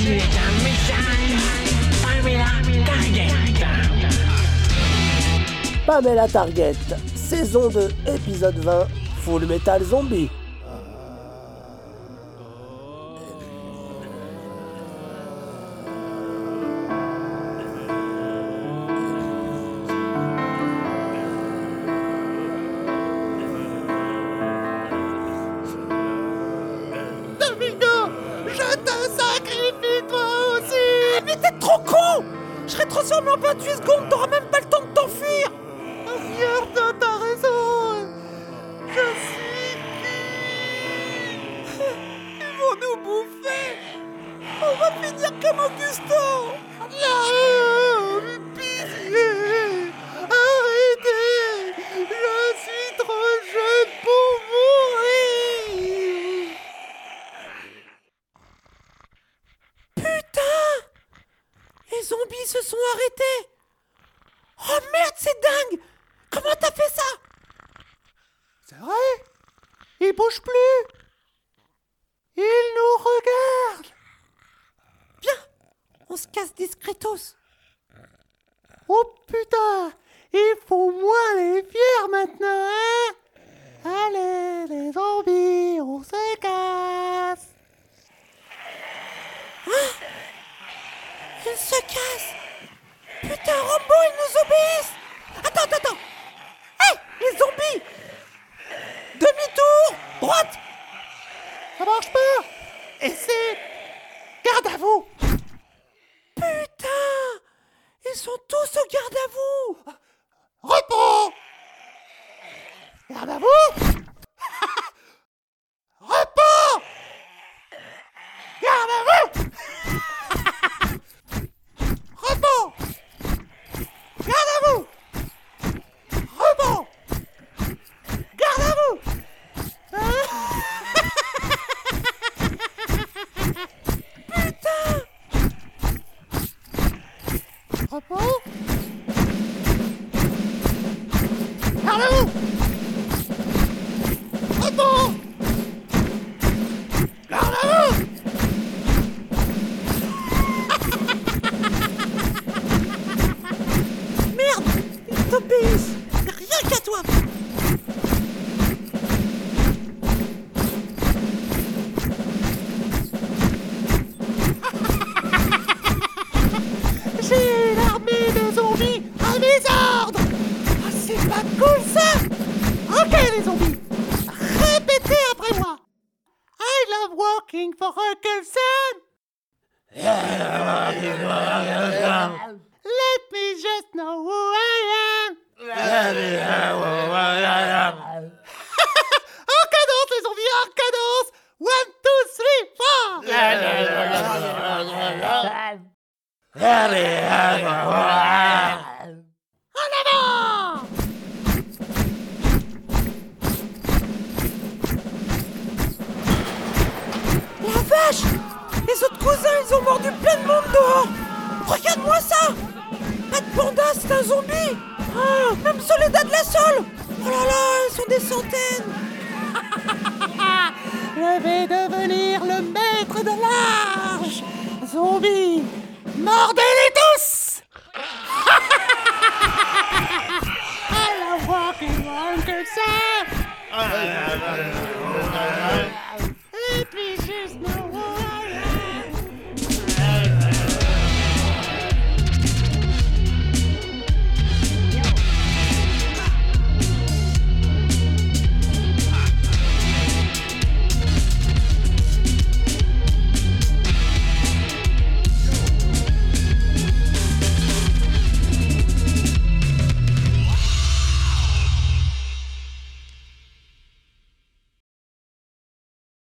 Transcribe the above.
est un méchant. Pamela Target. Pamela Target, saison 2, épisode 20, Full Metal Zombie. Je te sacrifie toi aussi. Mais t'es trop con. Je serai transformé en 28 secondes, t'auras même pas le temps de t'enfuir. Regarde, t'as raison. Je suis cuit. Ils vont nous bouffer. On va finir comme Augusto. Non, pitié. Arrêtez. Je suis trop jeune pour mourir. Les zombies se sont arrêtés. Oh merde, c'est dingue. Comment t'as fait ça? C'est vrai? Ils bougent plus. Ils nous regardent. Viens, on se casse discretos. Oh putain, ils font moins les fiers maintenant, hein? Allez, les zombies, on se casse. Hein? Ils se cassent. Putain, Rambo, ils nous obéissent. Attends. Hé, les zombies. Demi-tour, droite. Ça marche pas. Et c'est... Garde à vous. Putain, ils sont tous au garde à vous. Repos. Garde à vous. Repos. Garde à vous. Repos. Garde à vous. Repos. Garde à vous. Putain. Repos. Garde à vous. Repos. Garde à vous. Merde, ils t'obéissent. Rien qu'à toi. J'ai une armée de zombies à mes ordres. Ah, c'est pas cool ça. Ok les zombies, répétez après moi. I love working for Uncle Sam. Let me just know who I am. En cadence les zombies, en cadence. 1, 2, 3, 4. En avant. La vache. Les autres cousins, ils ont mordu plein de monde dehors. Regarde-moi ça. Pas de panda, c'est un zombie. Oh, même Soledad de la Sol. Oh là là, ils sont des centaines. Je vais devenir le maître de l'arche. Zombies, mordez-les tous. I love walking Uncle Sam. Let me just know